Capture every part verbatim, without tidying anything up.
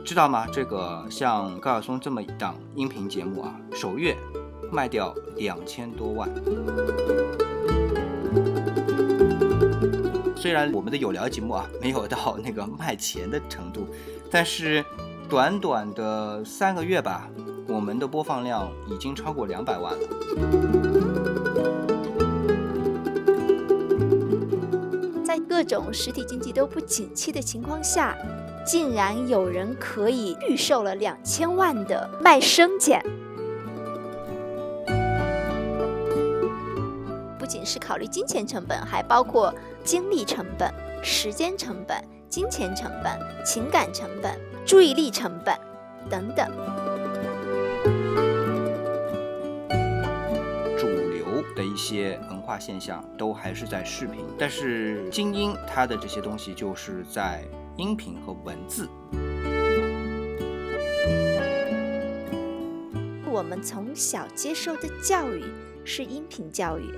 知道吗？这个像高晓松这么一档音频节目啊，首月卖掉两千多万。虽然我们的有聊节目啊没有到那个卖钱的程度，但是短短的三个月吧，我们的播放量已经超过两百万了。 在各种实体经济都不景气的情况下，竟然有人可以预售了两千万的卖身减。不仅是考虑金钱成本，还包括精力成本、时间成本、金钱成本、情感成本、注意力成本等等。 主流的一些文化现象都还是在视频，但是精英它的这些东西就是在音频和文字。 我们从小接受的教育是音频教育，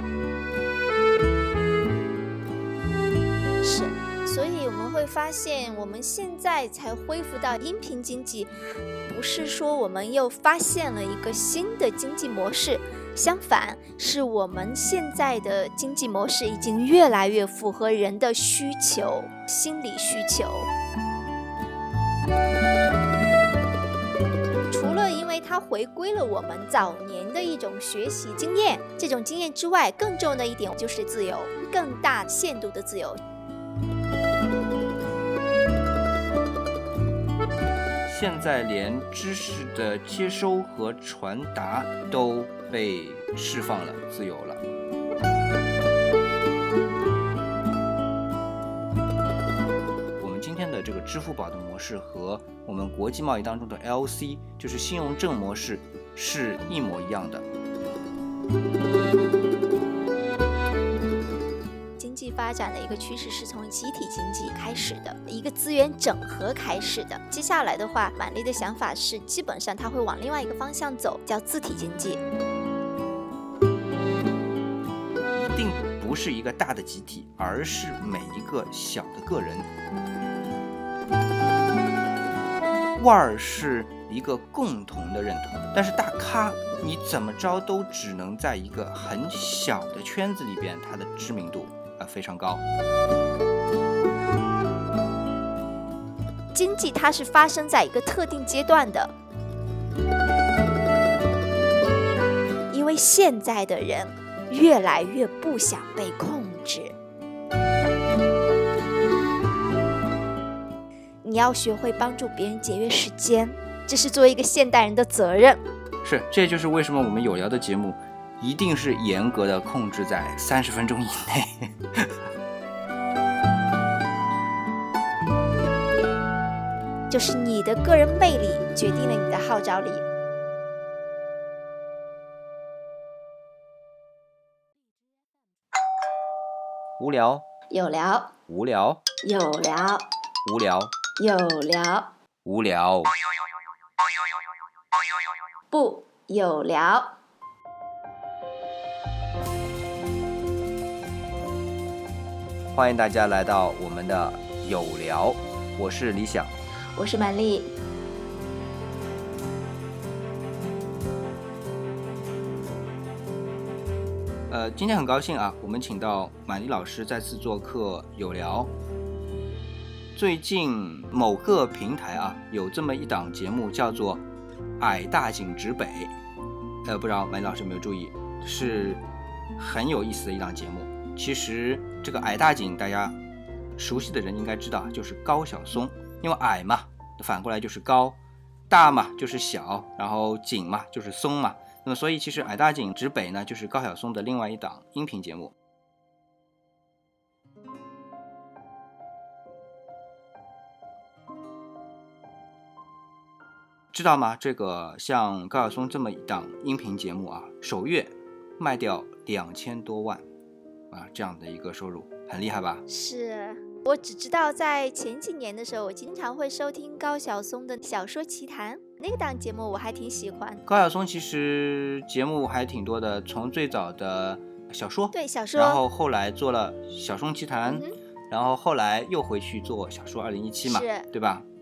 是，所以我们会发现，我们现在才恢复到音频经济，不是说我们又发现了一个新的经济模式，相反，是我们现在的经济模式已经越来越符合人的需求、心理需求。除了因为它回归了我们早年的一种学习经验，这种经验之外，更重要的一点就是自由，更大限度的自由。 现在连知识的接收和传达都被释放了，自由了。我们今天的这个支付宝的模式和我们国际贸易当中的 L C， 就是信用证模式，是一模一样的。 经济发展的一个趋势是从集体经济开始的，一个资源整合开始的。接下来的话，满丽的想法是，基本上它会往另外一个方向走，叫自体经济。 一定不是一个大的集体，而是每一个小的个人。腕儿是一个共同的认同，但是大咖你怎么着都只能在一个很小的圈子里边，它的知名度呃非常高。 经济它是发生在一个特定阶段的，因为现在的人越来越不想被控制。你要学会帮助别人节约时间，这是作为一个现代人的责任。 是，这就是为什么我们有聊的节目一定是严格的控制在三十分钟以内。 就是你的个人魅力决定了你的号召力。 无聊有聊， 无聊有聊， 无聊有聊， 无聊不有聊。 欢迎大家来到我们的有聊，我是李想， 我是满丽。 呃，今天很高兴啊，我们请到满丽老师再次做客有聊。最近某个平台啊，有这么一档节目叫做《矮大紧直北》，呃，不知道满丽老师有没有注意，是很有意思的一档节目。其实这个矮大紧，大家熟悉的人应该知道，就是高晓松，因为矮嘛，反过来就是高，大嘛就是小，然后紧嘛就是松嘛。那么所以其实矮大紧直北呢，就是高晓松的另外一档音频节目。知道吗？这个像高晓松这么一档音频节目啊，首月卖掉两千多万啊，这样的一个收入很厉害吧？ 是，我只知道在前几年的时候，我经常会收听高晓松的小说奇谈，那个档节目我还挺喜欢。 高晓松其实节目还挺多的，从最早的小说， 对小说， 然后后来做了小松奇谈、 嗯、 然后后来又回去做小说二零一七嘛， 是， 对吧？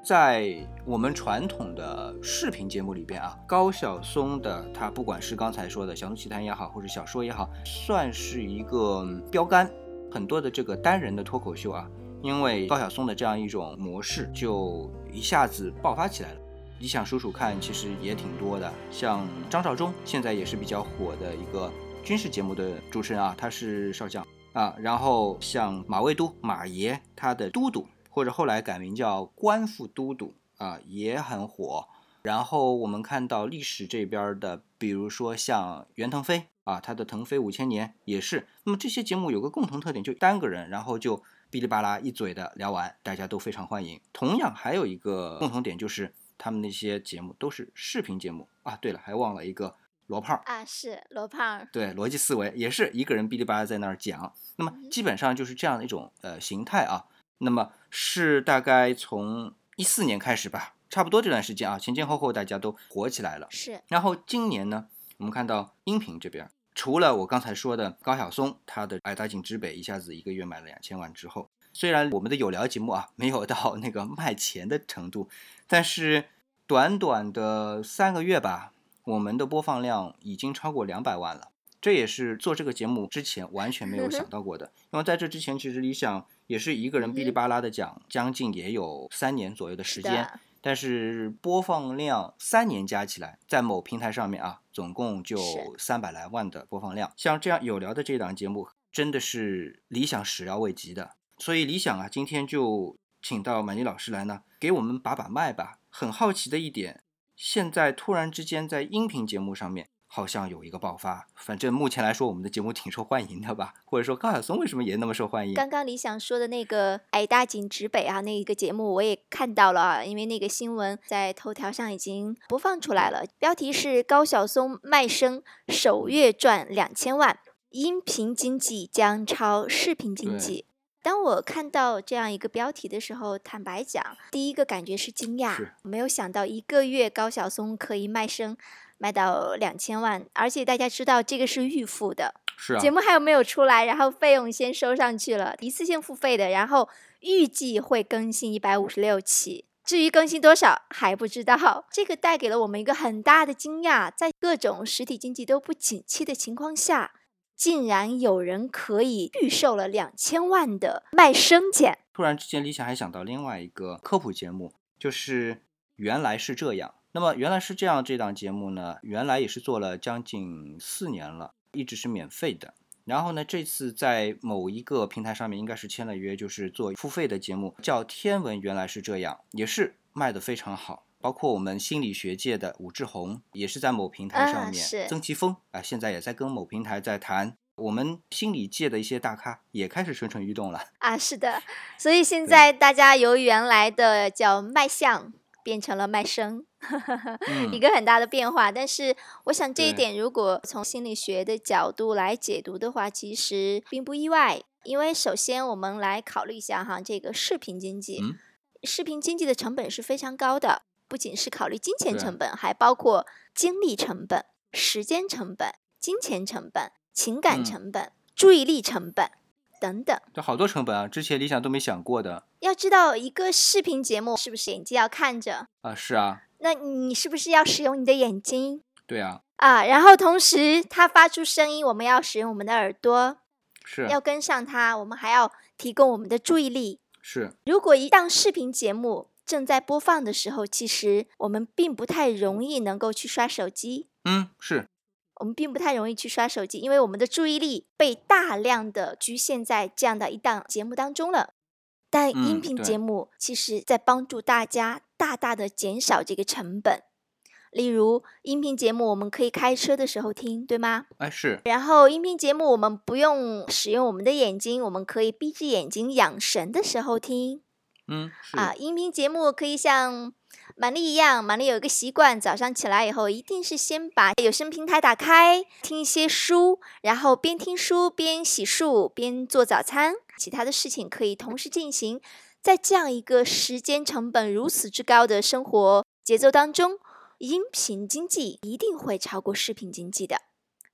在我们传统的视频节目里边啊，高晓松的他不管是刚才说的《小猪奇谈》也好，或者小说也好，算是一个标杆。很多的这个单人的脱口秀啊，因为高晓松的这样一种模式，就一下子爆发起来了。你想数数看，其实也挺多的，像张召忠现在也是比较火的一个军事节目的主持人啊，他是少将啊。然后像马未都马爷，他的都督或者后来改名叫官复都督啊，也很火。然后我们看到历史这边的，比如说像袁腾飞啊，他的腾飞五千年也是。那么这些节目有个共同特点，就单个人，然后就哔哩吧啦一嘴的聊完，大家都非常欢迎。同样还有一个共同点，就是他们那些节目都是视频节目啊。对了，还忘了一个罗胖啊，是罗胖， 对，逻辑思维也是一个人哔哩吧啦在那儿讲。那么基本上就是这样的一种呃形态啊。那么是大概从一四年开始吧。差不多这段时间啊，前前后后大家都火起来了。 是。 然后今年呢，我们看到音频这边，除了我刚才说的高晓松，他的矮大紧直北一下子一个月买了两千万之后，虽然我们的有聊节目啊没有到那个卖钱的程度，但是短短的三个月吧，我们的播放量已经超过两百万了。这也是做这个节目之前完全没有想到过的。因为在这之前，其实理想也是一个人哔哩吧啦的讲，将近也有三年左右的时间。但是播放量三年加起来，在某平台上面啊，总共就三百来万的播放量。像这样有聊的这档节目，真的是理想始料未及的。所以理想啊，今天就请到满妮老师来呢，给我们把把脉吧。很好奇的一点，现在突然之间在音频节目上面好像有一个爆发，反正目前来说我们的节目挺受欢迎的吧，或者说高晓松为什么也那么受欢迎？ 刚刚理想说的那个矮大紧直北啊，那一个节目我也看到了啊，因为那个新闻在头条上已经播放出来了，标题是高晓松卖声首月赚两千万，音频经济将超视频经济。当我看到这样一个标题的时候，坦白讲，第一个感觉是惊讶，没有想到一个月高晓松可以卖声卖到两千万，而且大家知道这个是预付的， 是啊， 节目还有没有出来，然后费用先收上去了，一次性付费的，然后预计会更新一百五十六期，至于更新多少还不知道。这个带给了我们一个很大的惊讶，在各种实体经济都不景气的情况下，竟然有人可以预售了两千万的卖声钱。 突然之间理想还想到另外一个科普节目，就是原来是这样。那么原来是这样这档节目呢，原来也是做了将近四年了，一直是免费的。然后呢，这次在某一个平台上面应该是签了约，就是做付费的节目，叫天文原来是这样，也是卖得非常好。包括我们心理学界的武志红也是在某平台上面， 啊、 曾奇峰啊，现在也在跟某平台在谈。我们心理界的一些大咖也开始蠢蠢欲动了啊，是的，所以现在大家由原来的叫卖相变成了卖声嗯、 一个很大的变化。但是我想这一点如果从心理学的角度来解读的话，其实并不意外。因为首先我们来考虑一下哈，这个视频经济、 嗯、 视频经济的成本是非常高的，不仅是考虑金钱成本，还包括精力成本、时间成本、金钱成本、情感成本、嗯、注意力成本等等， 这好多成本啊，之前理想都没想过的。 要知道一个视频节目是不是眼睛要看着啊？是啊。 那你是不是要使用你的眼睛？ 对啊。 啊，然后同时它发出声音，我们要使用我们的耳朵， 是要跟上它，我们还要提供我们的注意力。 是。 如果一档视频节目正在播放的时候，其实我们并不太容易能够去刷手机。 嗯，是。 我们并不太容易去刷手机，因为我们的注意力被大量的局限在这样的一档节目当中了。但音频节目其实在帮助大家大大的减少这个成本。例如音频节目我们可以开车的时候听，对吗？ 哎，是。 然后音频节目我们不用使用我们的眼睛，我们可以闭着眼睛养神的时候听。 嗯，是。 啊，音频节目可以像满丽一样，满丽有一个习惯，早上起来以后一定是先把有声平台打开，听一些书，然后边听书边洗漱边做早餐，其他的事情可以同时进行。在这样一个时间成本如此之高的生活节奏当中，音频经济一定会超过视频经济的。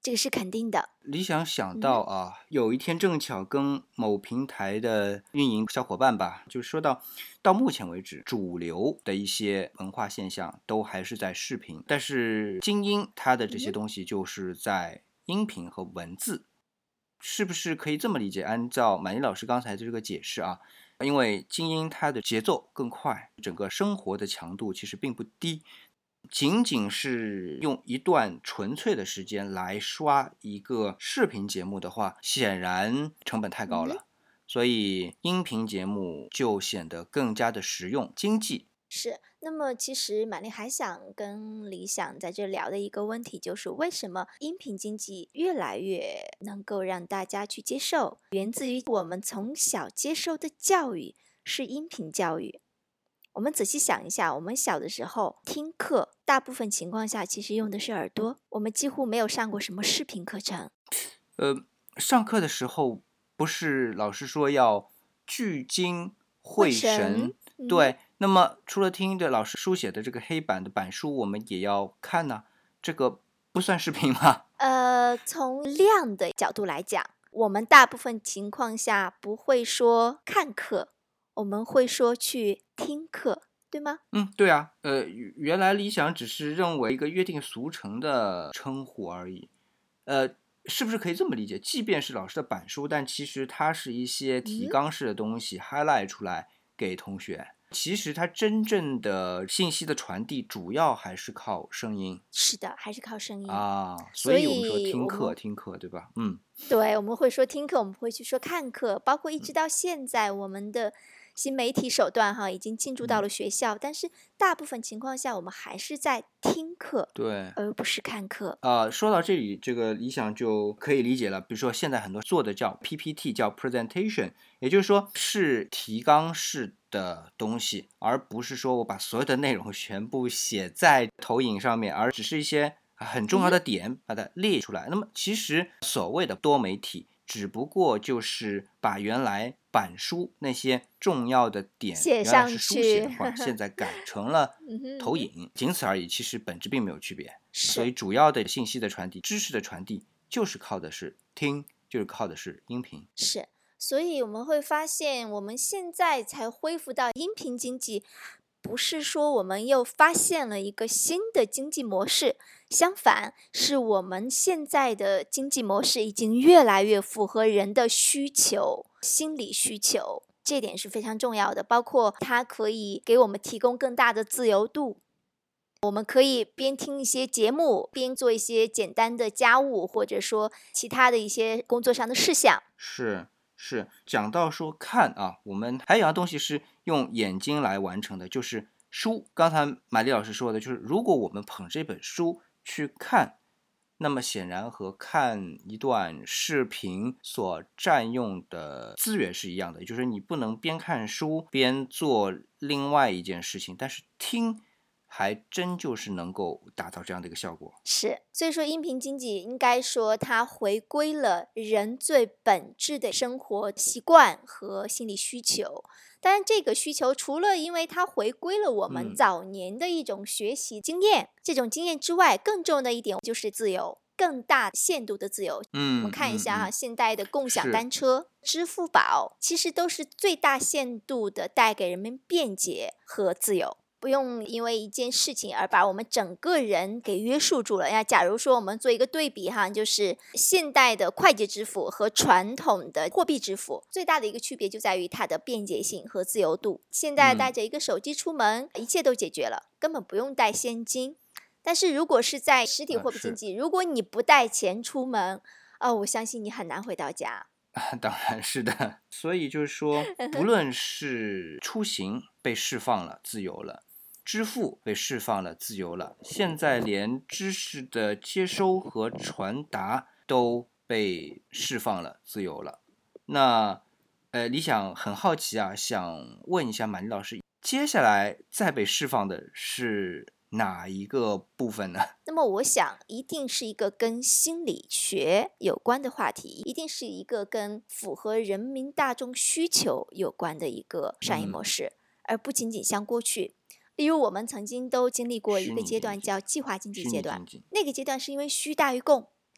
这个是肯定的。 理想想到啊，嗯、有一天正巧跟某平台的运营小伙伴吧，就说到，到目前为止，主流的一些文化现象都还是在视频，但是精英它的这些东西就是在音频和文字，嗯、是不是可以这么理解？按照满意老师刚才的这个解释啊，因为精英它的节奏更快，整个生活的强度其实并不低。仅仅是用一段纯粹的时间来刷一个视频节目的话，显然成本太高了，嗯、所以音频节目就显得更加的实用经济。 是，那么其实玛丽还想跟理想在这聊的一个问题，就是为什么音频经济越来越能够让大家去接受，源自于我们从小接受的教育是音频教育。我们仔细想一下，我们小的时候听课，大部分情况下其实用的是耳朵，我们几乎没有上过什么视频课程。 呃，上课的时候不是老师说要聚精会神？会神嗯、对，那么除了听的老师书写的这个黑板的板书，我们也要看呢、啊，这个不算视频吗？ 呃，从量的角度来讲，我们大部分情况下不会说看课。我们会说去听课，对吗？ 嗯，对啊，呃，原来理想只是认为一个约定俗成的称呼而已，呃，是不是可以这么理解？即便是老师的板书，但其实它是一些提纲式的东西、嗯、highlight 出来给同学。其实它真正的信息的传递，主要还是靠声音。 是的，还是靠声音啊，所以我们说听课，听课，对吧？嗯， 对，我们会说听课，我们会去说看课，包括一直到现在，我们的新媒体手段哈已经进驻到了学校，嗯、但是大部分情况下，我们还是在听课， 对， 而不是看课。 啊、呃，说到这里，这个理想就可以理解了。比如说，现在很多做的叫 P P T， 叫 presentation， 也就是说是提纲式的东西，而不是说我把所有的内容全部写在投影上面，而只是一些很重要的点把它列出来。嗯、那么，其实所谓的多媒体，只不过就是把原来板书那些重要的点写上去， 原来是书写的话，现在改成了投影，仅此而已。其实本质并没有区别。所以主要的信息的传递、知识的传递，就是靠的是听，就是靠的是音频。 是，所以我们会发现，我们现在才恢复到音频经济，不是说我们又发现了一个新的经济模式，相反，是我们现在的经济模式已经越来越符合人的需求、心理需求，这点是非常重要的。包括它可以给我们提供更大的自由度。我们可以边听一些节目，边做一些简单的家务，或者说其他的一些工作上的事项。 是是，讲到说看啊，我们还有一样东西是用眼睛来完成的，就是书。刚才玛丽老师说的，就是如果我们捧这本书去看，那么显然和看一段视频所占用的资源是一样的，也就是你不能边看书边做另外一件事情，但是听还真就是能够达到这样的一个效果。 是，所以说音频经济应该说它回归了人最本质的生活习惯和心理需求。当然这个需求除了因为它回归了我们早年的一种学习经验、嗯、这种经验之外，更重要的一点就是自由，更大限度的自由。 嗯， 我们看一下哈、 嗯嗯、 现代的共享单车、支付宝，其实都是最大限度的带给人们便捷和自由。不用因为一件事情而把我们整个人给约束住了。那假如说我们做一个对比哈，就是现代的快捷支付和传统的货币支付，最大的一个区别就在于它的便捷性和自由度。现在带着一个手机出门、嗯、一切都解决了，根本不用带现金。但是如果是在实体货币经济、啊、如果你不带钱出门、哦、我相信你很难回到家。 当然是的，所以就是说不论是出行被释放了自由了，支付被释放了自由了，现在连知识的接收和传达都被释放了自由了。那呃，理想很好奇啊，想问一下玛丽老师，接下来再被释放的是哪一个部分呢？ 那么我想一定是一个跟心理学有关的话题，一定是一个跟符合人民大众需求有关的一个商业模式、嗯、而不仅仅像过去，例如我们曾经都经历过一个阶段叫计划经济阶段，那个阶段是因为需大于供，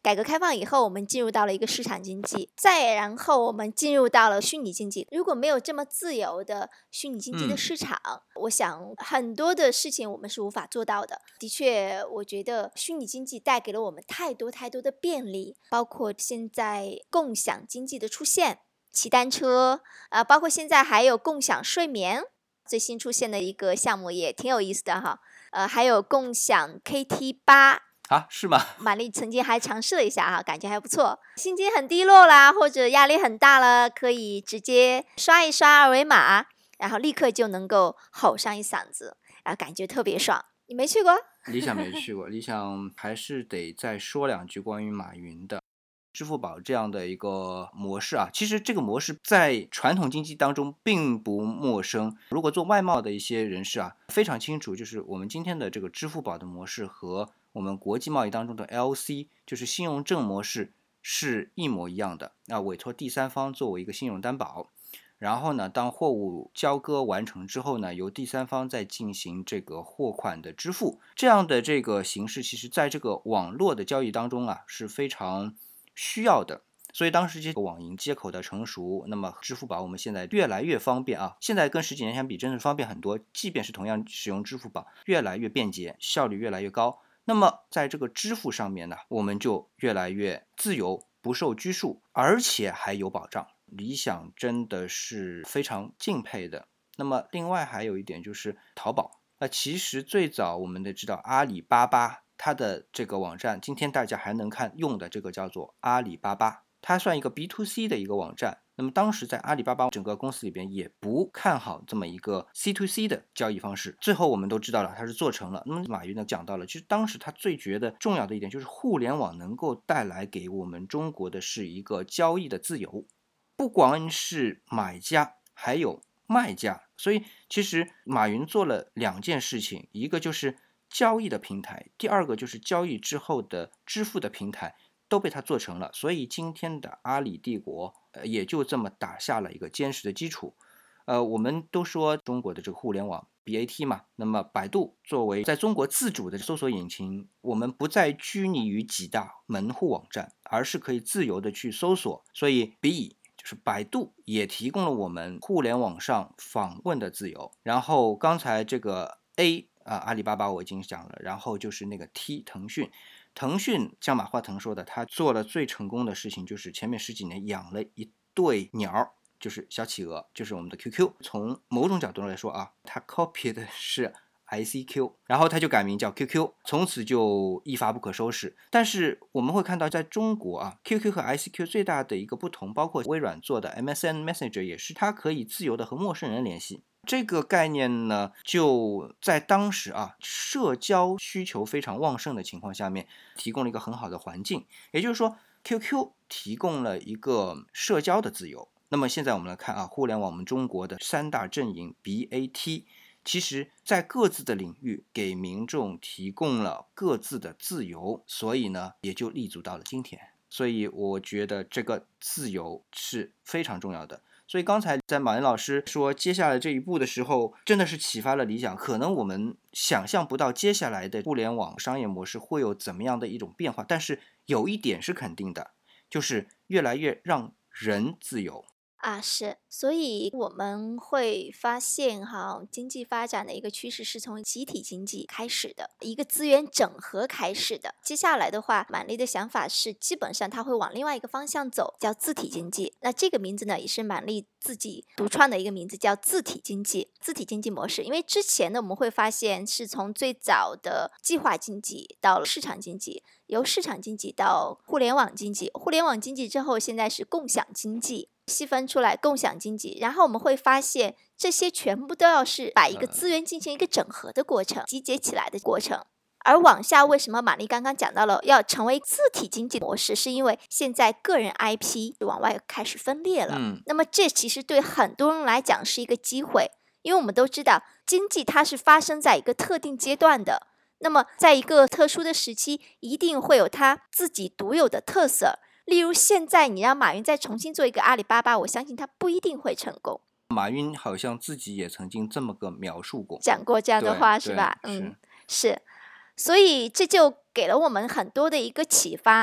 改革开放以后，我们进入到了一个市场经济，再然后我们进入到了虚拟经济。如果没有这么自由的虚拟经济的市场，嗯、我想很多的事情我们是无法做到的。的确，我觉得虚拟经济带给了我们太多太多的便利，包括现在共享经济的出现，骑单车啊、呃，包括现在还有共享睡眠，最新出现的一个项目也挺有意思的哈。呃，还有共享 K T 吧。 啊，是吗？ 玛丽曾经还尝试了一下哈，感觉还不错。心情很低落啦，或者压力很大了，可以直接刷一刷二维码，然后立刻就能够吼上一嗓子，啊，感觉特别爽。你没去过？ 理想没去过，理想还是得再说两句关于马云的支付宝这样的一个模式啊。其实这个模式在传统经济当中并不陌生。如果做外贸的一些人士啊，非常清楚，就是我们今天的这个支付宝的模式和我们国际贸易当中的 L C， 就是信用证模式是一模一样的。那委托第三方作为一个信用担保，然后呢，当货物交割完成之后呢，由第三方再进行这个货款的支付，这样的这个形式，其实在这个网络的交易当中啊是非常需要的。所以当时这个网银接口的成熟，那么支付宝我们现在越来越方便啊，现在跟十几年相比真是方便很多，即便是同样使用支付宝，越来越便捷，效率越来越高。那么在这个支付上面呢，我们就越来越自由，不受拘束，而且还有保障。理想真的是非常敬佩的。那么另外还有一点就是淘宝，那其实最早我们都知道阿里巴巴它的这个网站，今天大家还能看用的这个叫做阿里巴巴，它算一个 B to C 的一个网站。那么当时在阿里巴巴整个公司里边也不看好这么一个 C to C 的交易方式，最后我们都知道了它是做成了。那么马云呢讲到了，其实当时他最觉得重要的一点就是互联网能够带来给我们中国的是一个交易的自由，不光是买家还有卖家。所以其实马云做了两件事情，一个就是交易的平台，第二个就是交易之后的支付的平台都被他做成了。所以今天的阿里帝国呃也就这么打下了一个坚实的基础。呃，我们都说中国的这个互联网 B A T 嘛，那么百度作为在中国自主的搜索引擎，我们不再拘泥于几大门户网站，而是可以自由的去搜索。所以 B就是百度也提供了我们互联网上访问的自由。然后刚才这个 A 啊，阿里巴巴我已经讲了，然后就是那个 T 腾讯。腾讯像马化腾说的，他做了最成功的事情就是前面十几年养了一对鸟，就是小企鹅，就是我们的 Q Q。 从某种角度来说啊，他 copy 的是 I C Q， 然后他就改名叫 Q Q， 从此就一发不可收拾。但是我们会看到在中国啊， Q Q 和 I C Q 最大的一个不同，包括微软做的 M S N Messenger 也是它可以自由的和陌生人联系。这个概念呢，就在当时啊，社交需求非常旺盛的情况下面，提供了一个很好的环境。也就是说 Q Q 提供了一个社交的自由。那么现在我们来看啊，互联网我们中国的三大阵营 B A T， 其实在各自的领域给民众提供了各自的自由，所以呢也就立足到了今天。所以我觉得这个自由是非常重要的。所以刚才在马云老师说接下来这一步的时候，真的是启发了理想。可能我们想象不到接下来的互联网商业模式会有怎么样的一种变化，但是有一点是肯定的，就是越来越让人自由啊，是，所以我们会发现哈，经济发展的一个趋势是从集体经济开始的，一个资源整合开始的。接下来的话，满丽的想法是，基本上它会往另外一个方向走，叫自体经济。那这个名字呢，也是满丽自己独创的一个名字，叫自体经济。自体经济模式，因为之前呢，我们会发现是从最早的计划经济到了市场经济，由市场经济到互联网经济，互联网经济之后，现在是共享经济。细分出来共享经济，然后我们会发现这些全部都要是把一个资源进行一个整合的过程，集结起来的过程。而往下为什么玛丽刚刚讲到了要成为自体经济模式，是因为现在个人 I P 往外开始分裂了、嗯、那么这其实对很多人来讲是一个机会，因为我们都知道经济它是发生在一个特定阶段的，那么在一个特殊的时期一定会有它自己独有的特色。例如现在你让马云再重新做一个阿里巴巴，我相信他不一定会成功。 马云好像自己也曾经这么个描述过， 讲过这样的话是吧？嗯，是。所以这就给了我们很多的一个启发。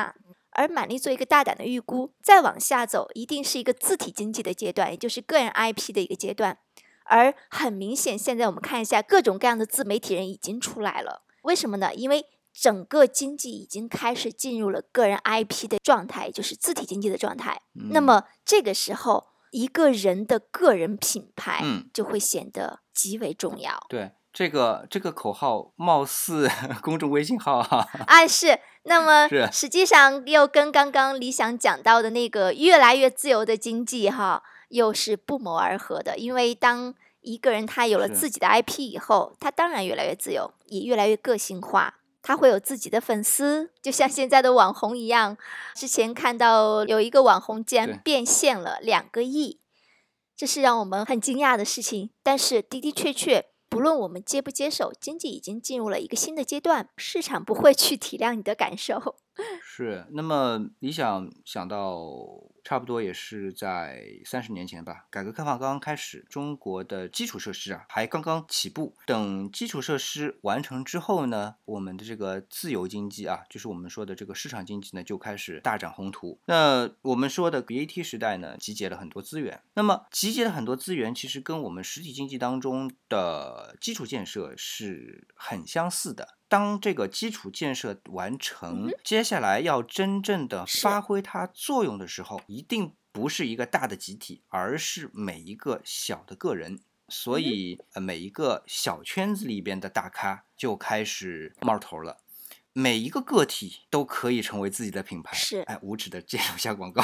而满丽做一个大胆的预估，再往下走一定是一个自体经济的阶段，也就是个人 I P 的一个阶段。而很明显，现在我们看一下各种各样的自媒体人已经出来了。为什么呢？因为整个经济已经开始进入了个人 I P 的状态，就是自体经济的状态。嗯、那么这个时候，一个人的个人品牌就会显得极为重要。 嗯、对。这个这个口号貌似公众微信号啊， 啊是，那么实际上又跟刚刚理想讲到的那个越来越自由的经济哈，又是不谋而合的。因为当一个人他有了自己的 I P 以后，他当然越来越自由，也越来越个性化。他会有自己的粉丝，就像现在的网红一样。之前看到有一个网红竟然变现了两个亿，这是让我们很惊讶的事情。但是的的确确，不论我们接不接受，经济已经进入了一个新的阶段，市场不会去体谅你的感受。 是，那么理想想到差不多也是在三十年前吧，改革开放刚刚开始，中国的基础设施啊还刚刚起步。等基础设施完成之后呢，我们的这个自由经济啊，就是我们说的这个市场经济呢，就开始大展宏图。那我们说的 B A T 时代呢，集结了很多资源。那么集结了很多资源，其实跟我们实体经济当中的基础建设是很相似的。当这个基础建设完成、嗯、接下来要真正的发挥它作用的时候，一定不是一个大的集体，而是每一个小的个人。所以、嗯呃、每一个小圈子里边的大咖就开始冒头了，每一个个体都可以成为自己的品牌。 是， 哎，无耻的介绍一下广告。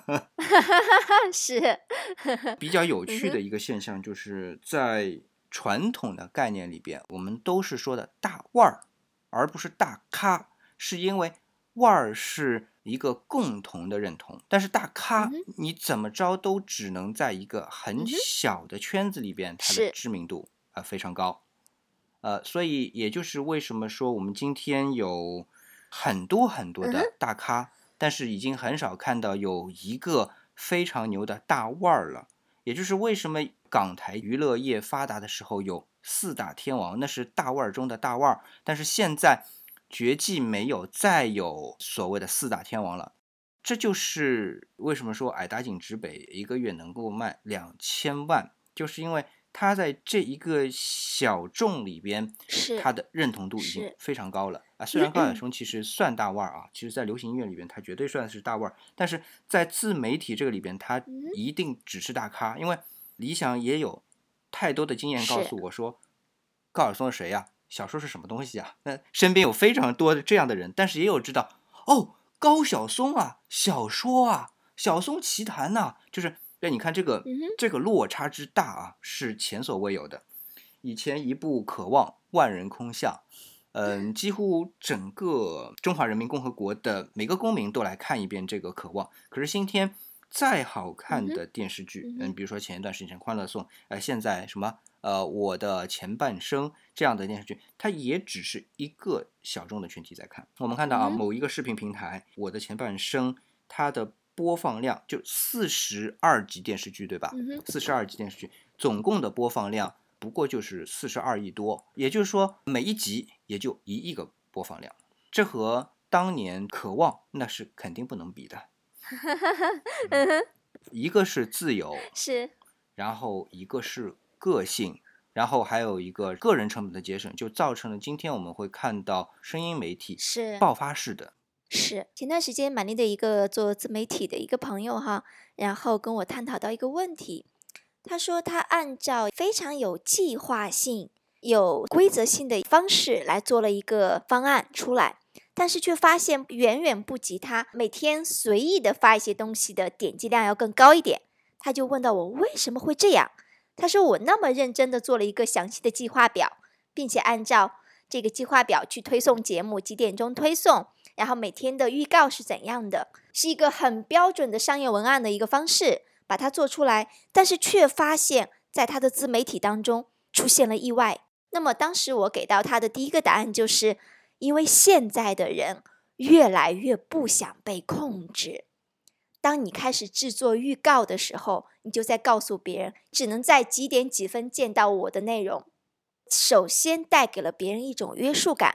是。 比较有趣的一个现象就是在传统的概念里边，我们都是说的大腕儿，而不是大咖，是因为腕儿是一个共同的认同，但是大咖、嗯、你怎么着都只能在一个很小的圈子里边，它的知名度、呃、非常高。呃，所以也就是为什么说我们今天有很多很多的大咖、嗯、但是已经很少看到有一个非常牛的大腕儿了。也就是为什么港台娱乐业发达的时候有四大天王，那是大腕中的大腕，但是现在绝技没有再有所谓的四大天王了。这就是为什么说矮打井之北一个月能够卖两千万，就是因为他在这一个小众里边，他的认同度已经非常高了啊。虽然高晓松其实算大腕啊，其实在流行音乐里边他绝对算是大腕，但是在自媒体这个里边他一定只是大咖。因为理想也有太多的经验告诉我说，高晓松是谁呀、啊？小说是什么东西啊？那身边有非常多的这样的人，但是也有知道哦，高晓松啊，小说啊，晓松奇谈呐、啊，就是。对，你看这个、嗯、这个落差之大啊，是前所未有的。以前一部《渴望》，万人空巷，嗯，几乎整个中华人民共和国的每个公民都来看一遍这个《渴望》。可是今天再好看的电视剧，嗯，比如说前一段时间《欢乐颂》，呃，现在什么呃我的前半生这样的电视剧，它也只是一个小众的群体在看。我们看到啊，某一个视频平台，《我的前半生》，它的播放量就四十二集电视剧，对吧？四十二集电视剧总共的播放量不过就是四十二亿多，也就是说每一集也就一亿个播放量，这和当年渴望那是肯定不能比的。嗯、一个是自由， 是， 然后一个是个性，然后还有一个个人成本的节省，就造成了今天我们会看到声音媒体是爆发式的。 是，前段时间满丽的一个做自媒体的一个朋友哈，然后跟我探讨到一个问题，他说他按照非常有计划性、有规则性的方式来做了一个方案出来，但是却发现远远不及他每天随意的发一些东西的点击量要更高一点。他就问到我为什么会这样？他说我那么认真的做了一个详细的计划表，并且按照这个计划表去推送节目，几点钟推送，然后每天的预告是怎样的，是一个很标准的商业文案的一个方式把它做出来，但是却发现在他的自媒体当中出现了意外。那么当时我给到他的第一个答案就是，因为现在的人越来越不想被控制，当你开始制作预告的时候，你就在告诉别人只能在几点几分见到我的内容，首先带给了别人一种约束感，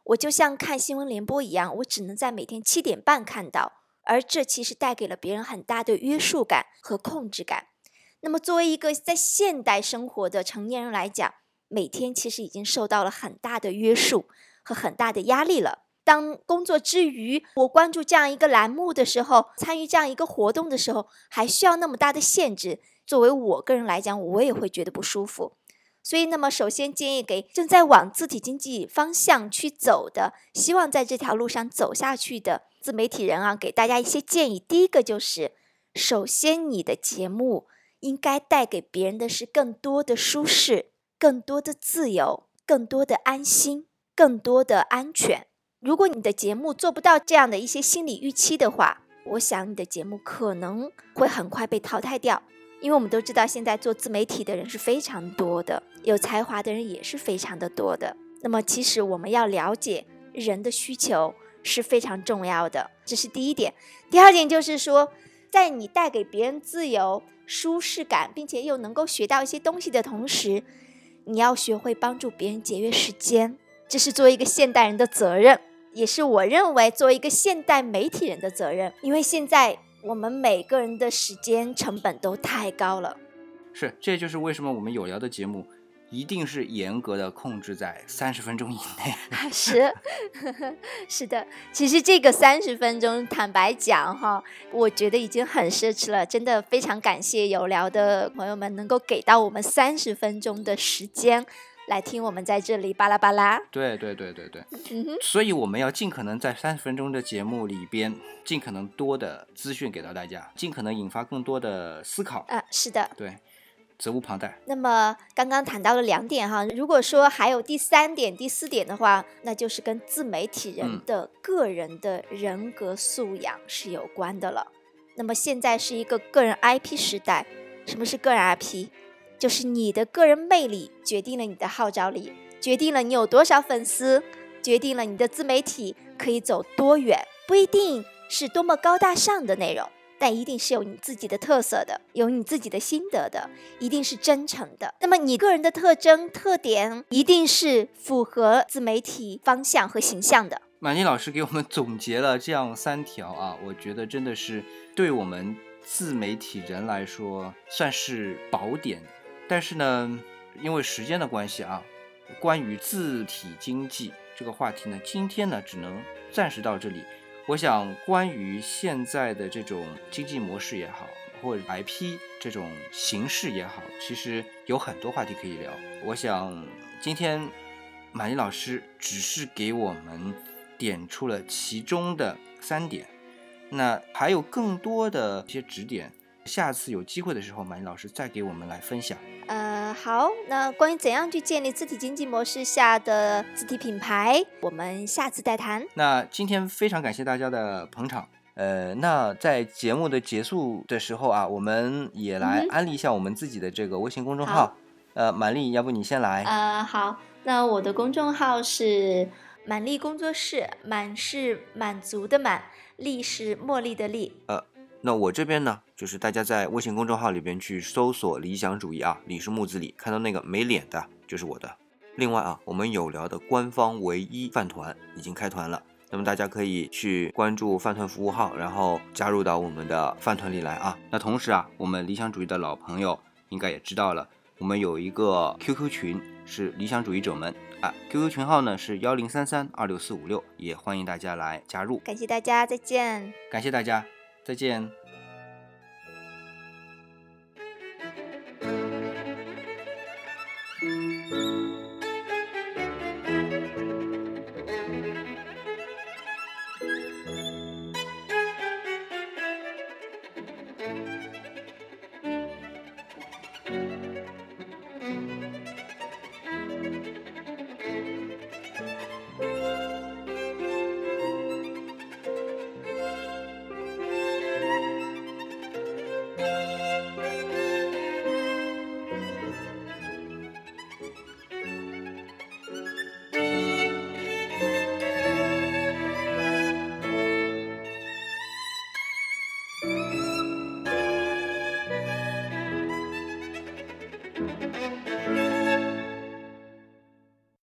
我就像看新闻联播一样，我只能在每天七点半看到，而这其实带给了别人很大的约束感和控制感。那么作为一个在现代生活的成年人来讲，每天其实已经受到了很大的约束和很大的压力了。当工作之余，我关注这样一个栏目的时候，参与这样一个活动的时候，还需要那么大的限制，作为我个人来讲，我也会觉得不舒服。所以那么首先建议给正在往自体经济方向去走的，希望在这条路上走下去的自媒体人啊，给大家一些建议。第一个就是，首先你的节目应该带给别人的是更多的舒适，更多的自由，更多的安心，更多的安全。如果你的节目做不到这样的一些心理预期的话，我想你的节目可能会很快被淘汰掉。因为我们都知道现在做自媒体的人是非常多的，有才华的人也是非常的多的。那么其实我们要了解人的需求是非常重要的，这是第一点。第二点就是说，在你带给别人自由、舒适感，并且又能够学到一些东西的同时，你要学会帮助别人节约时间，这是作为一个现代人的责任，也是我认为作为一个现代媒体人的责任。因为现在我们每个人的时间成本都太高了。 是，这就是为什么我们有聊的节目一定是严格的控制在三十分钟以内。 是是的，其实这个三十分钟坦白讲哈，我觉得已经很奢侈了，真的非常感谢有聊的朋友们能够给到我们三十分钟的时间来听我们在这里巴拉巴拉。 对对对对对、 嗯、哼所以我们要尽可能在三十分钟的节目里边尽可能多的资讯给到大家，尽可能引发更多的思考啊，是的， 对，责无旁贷。 那么刚刚谈到了两点哈，如果说还有第三点第四点的话，那就是跟自媒体人的个人的人格素养是有关的了、嗯、那么现在是一个个人 I P 时代。什么是个人 I P？ 就是你的个人魅力决定了你的号召力，决定了你有多少粉丝，决定了你的自媒体可以走多远。不一定是多么高大上的内容，但一定是有你自己的特色的，有你自己的心得的，一定是真诚的。那么你个人的特征特点一定是符合自媒体方向和形象的。 满妮老师给我们总结了这样三条啊，我觉得真的是对我们自媒体人来说算是宝典。但是呢，因为时间的关系啊，关于自体经济这个话题呢，今天呢只能暂时到这里。我想关于现在的这种经济模式也好，或者 I P 这种形式也好，其实有很多话题可以聊。我想今天满妮老师只是给我们点出了其中的三点，那还有更多的一些指点，下次有机会的时候满妮老师再给我们来分享。 呃，好，那关于怎样去建立自体经济模式下的自体品牌，我们下次再谈。 那今天非常感谢大家的捧场。呃，那在节目的结束的时候啊，我们也来安利一下我们自己的这个微信公众号。呃，满丽，要不你先来？ 呃，好，那我的公众号是满丽工作室，满是满足的满，丽是茉莉的丽。 呃。那我这边呢，就是大家在微信公众号里边去搜索理想主义啊，李是木字李，看到那个没脸的就是我的。另外啊，我们有聊的官方唯一饭团已经开团了，那么大家可以去关注饭团服务号，然后加入到我们的饭团里来啊。那同时啊，我们理想主义的老朋友应该也知道了，我们有一个 Q Q 群是理想主义者们啊 ，Q Q 群号呢是幺零三三二六四五六，也欢迎大家来加入。 感谢大家，再见。 感谢大家。再见。